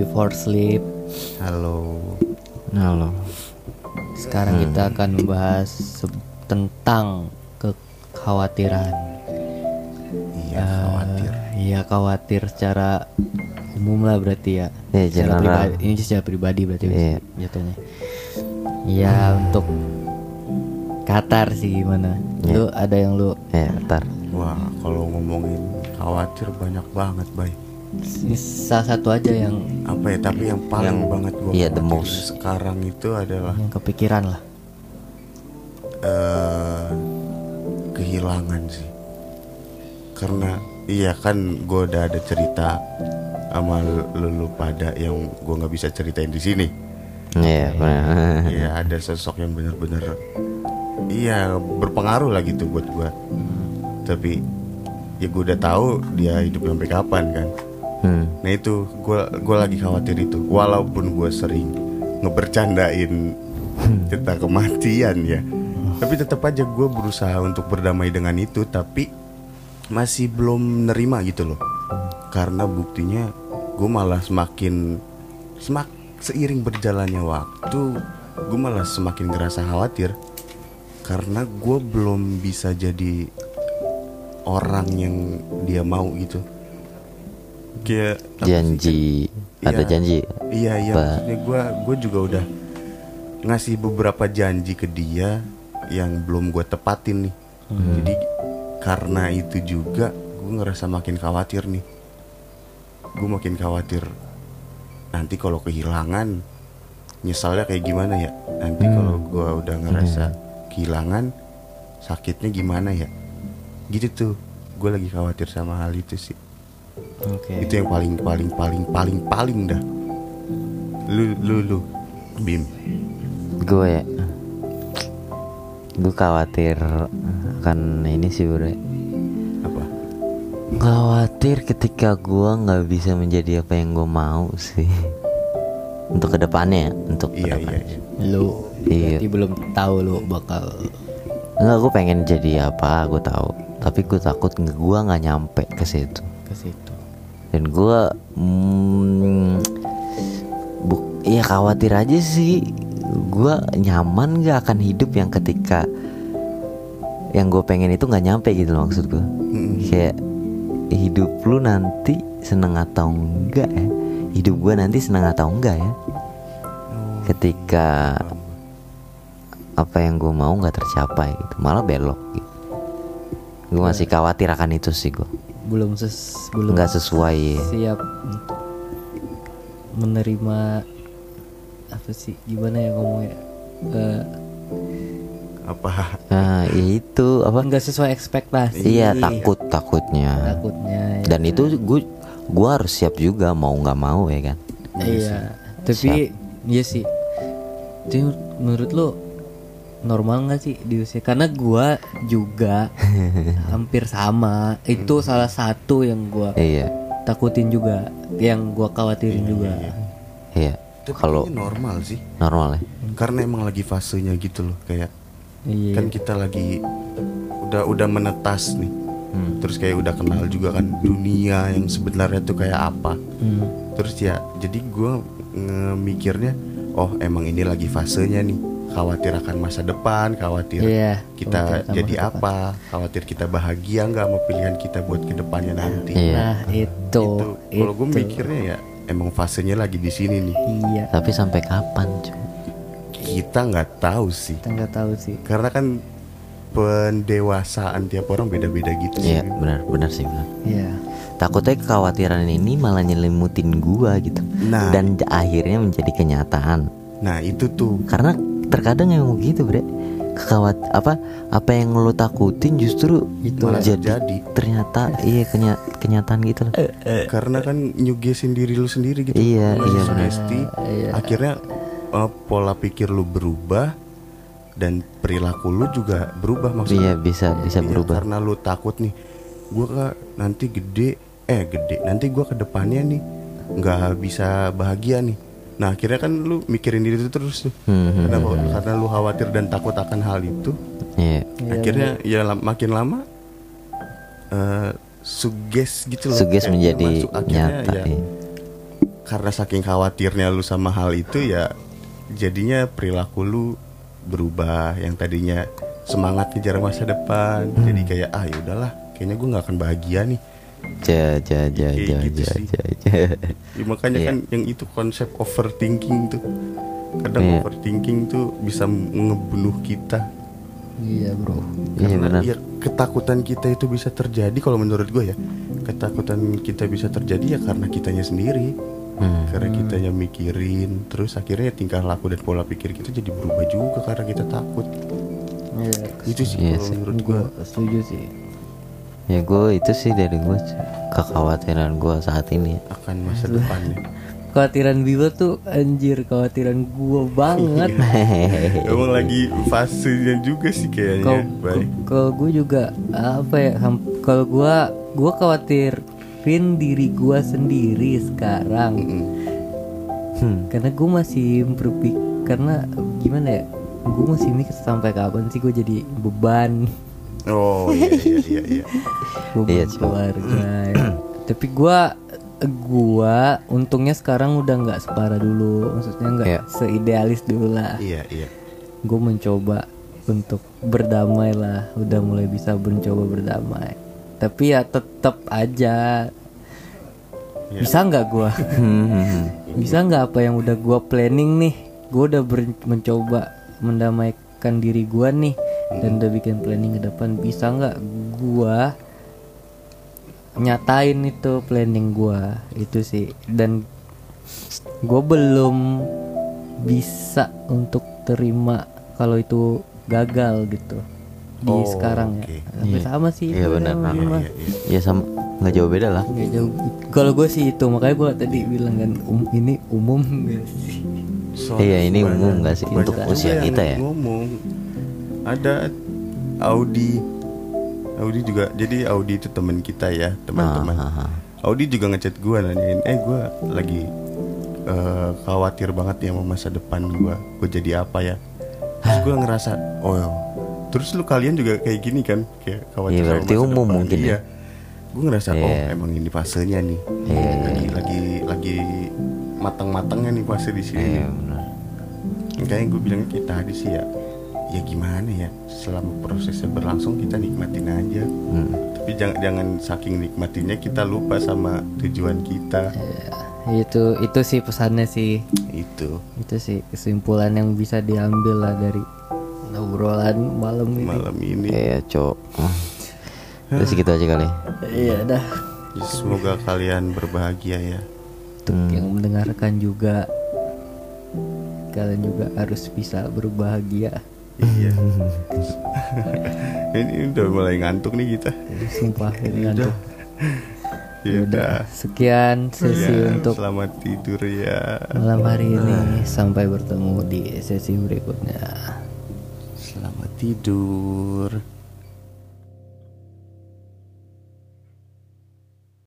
Before Sleep. Halo. Halo. Sekarang kita akan membahas tentang kekhawatiran. Iya, khawatir. Iya, khawatir secara umum lah berarti ya. Ya, Secara general. pribadi, ini secara pribadi berarti Iya. jatuhnya. Iya, untuk Qatar sih gimana? Iya. Lu ada yang lu Ya, ntar. Wah, kalau ngomongin khawatir banyak banget, Bay. salah satu aja yang Apa ya, tapi yang paling banget gua iya, the khawatirin most. sekarang itu adalah kepikiran lah. kehilangan sih. Karena iya kan gue udah ada cerita sama lu pada yang gue nggak bisa ceritain di sini. Iya, benar. Iya, ada sosok yang bener-bener iya berpengaruh lah gitu buat gue. Tapi ya gue udah tahu dia hidup sampai kapan kan. Nah itu gue lagi khawatir itu. Walaupun gue sering ngebercandain tentang kematian ya, tapi tetap aja gue berusaha untuk berdamai dengan itu. Tapi masih belum nerima gitu loh. Karena buktinya gue malah seiring berjalannya waktu, gue malah semakin ngerasa khawatir. Karena gue belum bisa jadi orang yang dia mau gitu. Kayak Janji. Ada Iya. janji. Iya, Apa? maksudnya gue juga udah ngasih beberapa janji ke dia yang belum gue tepatin nih. Jadi karena itu juga gue ngerasa makin khawatir nih. Gue makin khawatir nanti kalau kehilangan nyesalnya kayak gimana ya. Nanti kalau gue udah ngerasa kehilangan sakitnya gimana ya. Gitu tuh. Gue lagi khawatir sama hal itu sih. Oke. Itu yang paling dah. Lu Bim. Gue ya. Gue khawatir akan ini sih, Bro. Apa? Khawatir ketika gue nggak bisa menjadi apa yang gue mau sih. Untuk kedepannya, untuk Iya. kedepannya. Lu Iya. berarti belum tahu lu bakal Enggak, gue pengen jadi apa, gue tahu. Tapi gue takut gue nggak nyampe ke situ. ke situ. Dan gue iya khawatir aja sih. Gue nyaman gak akan hidup yang ketika yang gue pengen itu nggak nyampe gitu loh, maksud gue. Kayak hidup lu nanti seneng atau enggak ya, hidup gue nanti seneng atau enggak ya, ketika apa yang gue mau nggak tercapai gitu, malah belok gitu. Gue masih khawatir akan itu sih gue. Belum Nggak sesuai ya. siap untuk menerima apa sih, gimana ya ngomongnya, Apa? Nah ya itu apa, nggak sesuai ekspektasi. iya takutnya. Takutnya ya. Dan itu gue harus siap juga mau nggak mau ya kan. Iya, tapi iya sih. Jadi menurut lo normal nggak sih di usia? Karena gua juga hampir sama. Itu salah satu yang gua Iya takutin juga, yang gua khawatirin juga. iya. Tapi Kalau kayaknya normal sih. normal ya. Karena emang lagi fasenya gitu loh, kayak Iya. kan kita lagi udah menetas nih. Terus kayak udah kenal juga kan dunia yang sebenarnya tuh kayak apa. Terus ya jadi gue mikirnya, oh emang ini lagi fasenya nih. Khawatir akan masa depan, khawatir Iya, kita khawatir akan jadi masa apa, khawatir kita bahagia nggak sama pilihan kita buat kedepannya nanti. Iya. Nah itu Kalau gue mikirnya ya emang fasenya lagi di sini nih. iya. Tapi sampai kapan cuy? Kita nggak tahu sih. Kita nggak tahu sih. Karena kan pendewasaan tiap orang beda-beda gitu sih. Iya benar sih benar. Iya. Takutnya kekhawatiran ini malah nyelimutin gua gitu. Nah. Dan akhirnya menjadi kenyataan. Nah itu tuh. Karena terkadang emang gitu, Bre. Apa yang lo takutin justru Itu malah jadi terjadi. ternyata iya kenyataan gitu loh. Karena kan nyugesin diri lu sendiri gitu. Iya, Lu iya, sugesti. Akhirnya pola pikir lu berubah dan perilaku lu juga berubah maksudnya. Iya bisa Iya, berubah. karena lu takut nih, gua kak nanti gede, nanti gua ke depannya nih nggak bisa bahagia nih. Nah akhirnya kan lu mikirin diri itu terus tuh. Kenapa? Karena lu khawatir dan takut akan hal itu. Iya. Akhirnya ya makin lama suges gitu loh. Suges Kayak menjadi masuk, akhirnya nyata. ya, Iya. karena saking khawatirnya lu sama hal itu ya, jadinya perilaku lu berubah. Yang tadinya semangat kejar masa depan, jadi kayak ya udahlah, kayaknya gue nggak akan bahagia nih. Ya, makanya kan yang itu konsep overthinking tuh. Kadang overthinking tuh bisa ngebunuh kita. Iya bro. Karena ya ketakutan kita itu bisa terjadi, kalau menurut gue ya, ketakutan kita bisa terjadi ya karena kitanya sendiri. Karena kitanya mikirin, terus akhirnya tingkah laku dan pola pikir kita jadi berubah juga karena kita takut. Itu sih kalau menurut gue. Setuju sih. Ya gue itu sih dari gue, kekhawatiran gue saat ini akan masa depannya. Kekhawatiran Bima tuh anjir, kekhawatiran gue banget. Emang lagi fasenya juga sih kayaknya. Kalau gue juga apa ya? Kalau gue khawatirin diri gue sendiri sekarang. Karena gue masih berpikir, karena gimana ya? Gue masih mikir sampai kapan sih gue jadi beban. Oh iya. Beban keluarga. Tapi gue untungnya sekarang udah nggak separah dulu, maksudnya nggak seidealis dulu lah. Iya. Gue mencoba untuk berdamai lah, udah mulai bisa mencoba berdamai. Tapi ya tetap aja bisa nggak gue? Bisa nggak apa yang udah gue planning nih? Gue udah mencoba mendamaikan diri gue nih, dan udah bikin planning ke depan. Bisa nggak gue nyatain itu planning gue itu sih? Dan gue belum bisa untuk terima kalau itu gagal gitu di sekarang ya. Sama sih. Iya benar. Iya sama, nggak jauh beda lah. Nggak jauh. Kalau gue sih itu, makanya gue tadi bilang kan ini umum gak sih? Iya ini umum nggak sih untuk usia kita ya? Ngomong ada Audi juga, jadi Audi itu teman kita ya, teman-teman. Audi juga ngechat gue nanyain, gue lagi khawatir banget ya sama masa depan gue jadi apa ya. Terus gue ngerasa, terus lu kalian juga kayak gini kan, kayak khawatir sama berarti masa umum depan. mungkin Iya. ya. Gue ngerasa, emang ini fasenya nih. Lagi matang-matangnya nih fase di sini. Kayaknya gue bilangnya kita tadi sih ya gimana ya, selama prosesnya berlangsung kita nikmatin aja. Tapi jangan saking nikmatinnya kita lupa sama tujuan kita. Itu sih pesannya sih. Itu sih kesimpulan yang bisa diambil lah dari obrolan malam ini. Iya cok. Udah segitu aja kali. Iya dah. Semoga kalian berbahagia ya. Untuk yang mendengarkan juga, kalian juga harus bisa berbahagia. Iya. Ini udah mulai ngantuk nih kita. Sumpah ini ngantuk. Udah. Sekian sesi untuk selamat tidur ya malam hari ini. Sampai bertemu di sesi berikutnya. Selamat tidur.